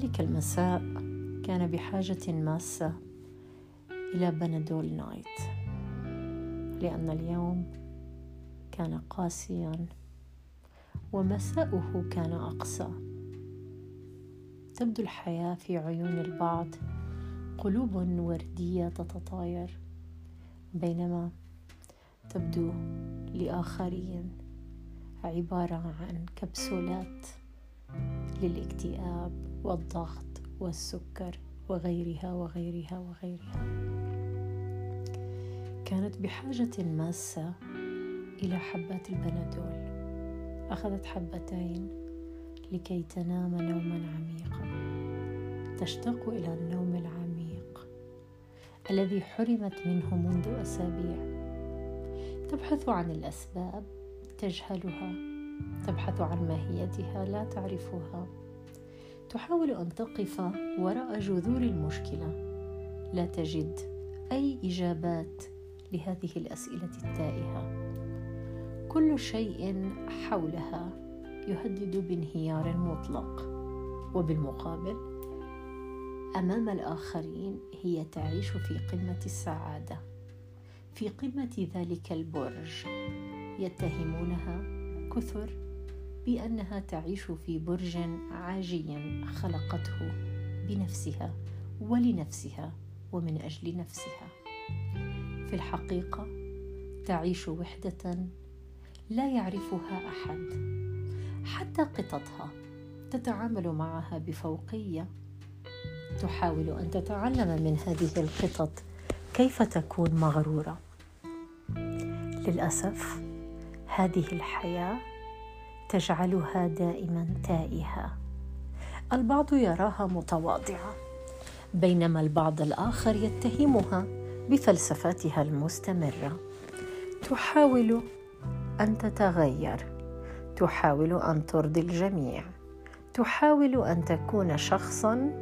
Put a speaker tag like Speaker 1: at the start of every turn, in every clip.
Speaker 1: ذلك المساء كان بحاجة ماسة إلى بنادول نايت، لأن اليوم كان قاسيا ومساؤه كان أقسى. تبدو الحياة في عيون البعض قلوب وردية تتطاير، بينما تبدو لآخرين عبارة عن كبسولات للاكتئاب والضغط والسكر وغيرها وغيرها وغيرها. كانت بحاجة ماسة إلى حبات البنادول. أخذت حبتين لكي تنام نوما عميقا، تشتاق إلى النوم العميق الذي حرمت منه منذ أسابيع. تبحث عن الأسباب، تجهلها، تبحث عن ماهيتها، لا تعرفها. تحاول أن تقف وراء جذور المشكلة، لا تجد أي إجابات لهذه الأسئلة التائهة. كل شيء حولها يهدد بانهيار مطلق، وبالمقابل أمام الآخرين هي تعيش في قمة السعادة، في قمة ذلك البرج. يتهمونها كثر بأنها تعيش في برج عاجي خلقته بنفسها ولنفسها ومن أجل نفسها. في الحقيقة تعيش وحدة لا يعرفها أحد، حتى قطتها تتعامل معها بفوقية. تحاول أن تتعلم من هذه القطط كيف تكون مغرورة. للأسف هذه الحياة تجعلها دائما تائهة. البعض يراها متواضعة، بينما البعض الآخر يتهمها بفلسفتها المستمرة. تحاول أن تتغير، تحاول أن ترضي الجميع، تحاول أن تكون شخصا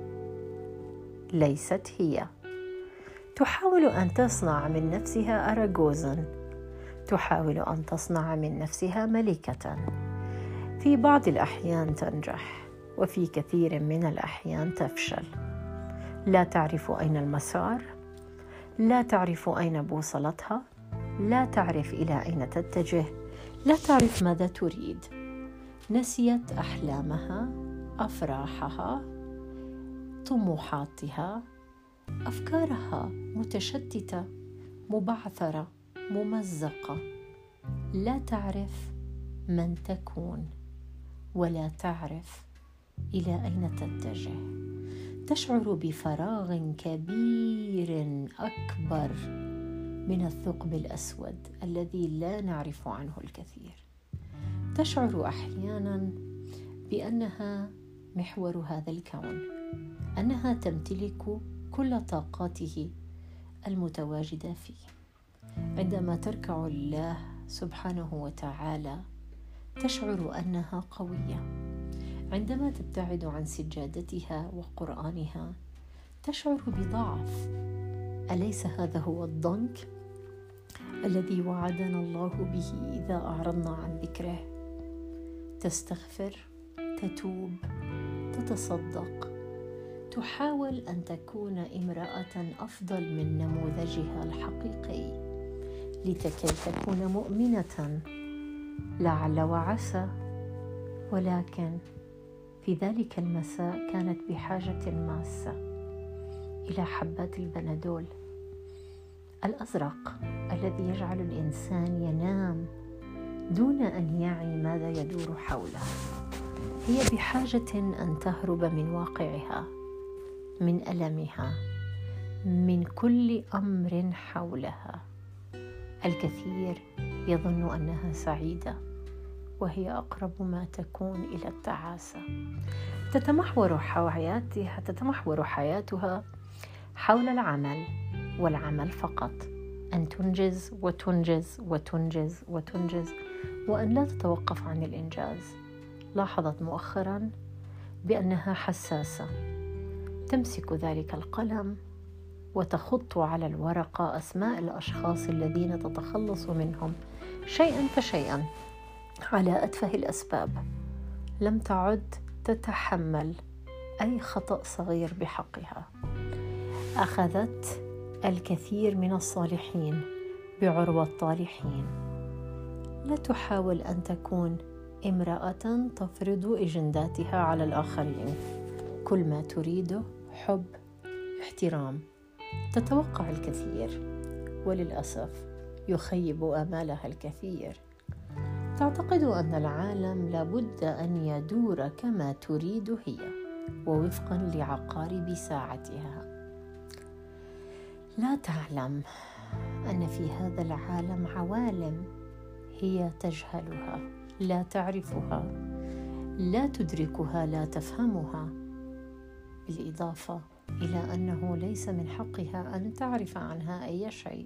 Speaker 1: ليست هي، تحاول أن تصنع من نفسها أراجوزا، تحاول أن تصنع من نفسها ملكة. في بعض الأحيان تنجح، وفي كثير من الأحيان تفشل. لا تعرف أين المسار، لا تعرف أين بوصلتها، لا تعرف إلى أين تتجه، لا تعرف ماذا تريد. نسيت أحلامها، أفراحها، طموحاتها، أفكارها متشتتة، مبعثرة، ممزقة. لا تعرف من تكون، ولا تعرف إلى أين تتجه. تشعر بفراغ كبير أكبر من الثقب الأسود الذي لا نعرف عنه الكثير. تشعر أحيانا بأنها محور هذا الكون، أنها تمتلك كل طاقاته المتواجدة فيه. عندما تركع لله سبحانه وتعالى تشعر أنها قوية. عندما تبتعد عن سجادتها وقرآنها تشعر بضعف. أليس هذا هو الضنك الذي وعدنا الله به إذا أعرضنا عن ذكره؟ تستغفر، تتوب، تتصدق، تحاول أن تكون امرأة أفضل من نموذجها الحقيقي لكي تكون مؤمنة لعل وعسى. ولكن في ذلك المساء كانت بحاجة ماسة إلى حبات البنادول الأزرق الذي يجعل الإنسان ينام دون أن يعي ماذا يدور حوله. هي بحاجة أن تهرب من واقعها، من ألمها، من كل أمر حولها. الكثير يظن أنها سعيدة، وهي أقرب ما تكون إلى التعاسة. تتمحور حياتها حول العمل، والعمل فقط. أن تنجز وتنجز وتنجز وتنجز، وأن لا تتوقف عن الإنجاز. لاحظت مؤخرا بأنها حساسة. تمسك ذلك القلم وتخط على الورقة أسماء الأشخاص الذين تتخلص منهم شيئا فشيئا على أتفه الأسباب. لم تعد تتحمل أي خطأ صغير بحقها. أخذت الكثير من الصالحين بعرض الطالحين. لا تحاول أن تكون امرأة تفرض أجنداتها على الآخرين. كل ما تريده حب، احترام. تتوقع الكثير وللأسف يخيب آمالها الكثير. تعتقد أن العالم لابد أن يدور كما تريد هي ووفقا لعقارب ساعتها. لا تعلم أن في هذا العالم عوالم هي تجهلها، لا تعرفها، لا تدركها، لا تفهمها، بالإضافة إلى أنه ليس من حقها أن تعرف عنها أي شيء.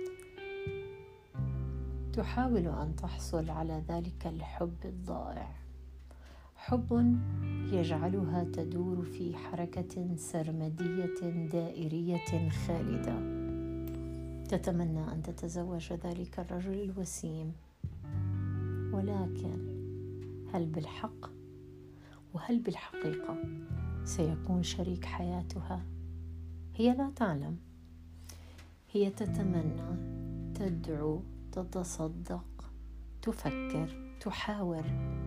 Speaker 1: تحاول أن تحصل على ذلك الحب الضائع، حب يجعلها تدور في حركة سرمدية دائرية خالدة. تتمنى أن تتزوج ذلك الرجل الوسيم، ولكن هل بالحق وهل بالحقيقة سيكون شريك حياتها؟ هي لا تعلم. هي تتمنى، تدعو، تتصدق، تفكر، تحاور،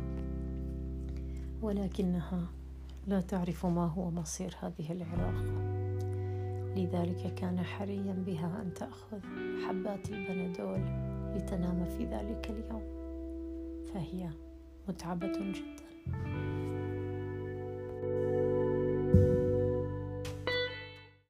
Speaker 1: ولكنها لا تعرف ما هو مصير هذه العلاقة. لذلك كان حريا بها أن تأخذ حبات البنادول لتنام في ذلك اليوم، فهي متعبة جدا.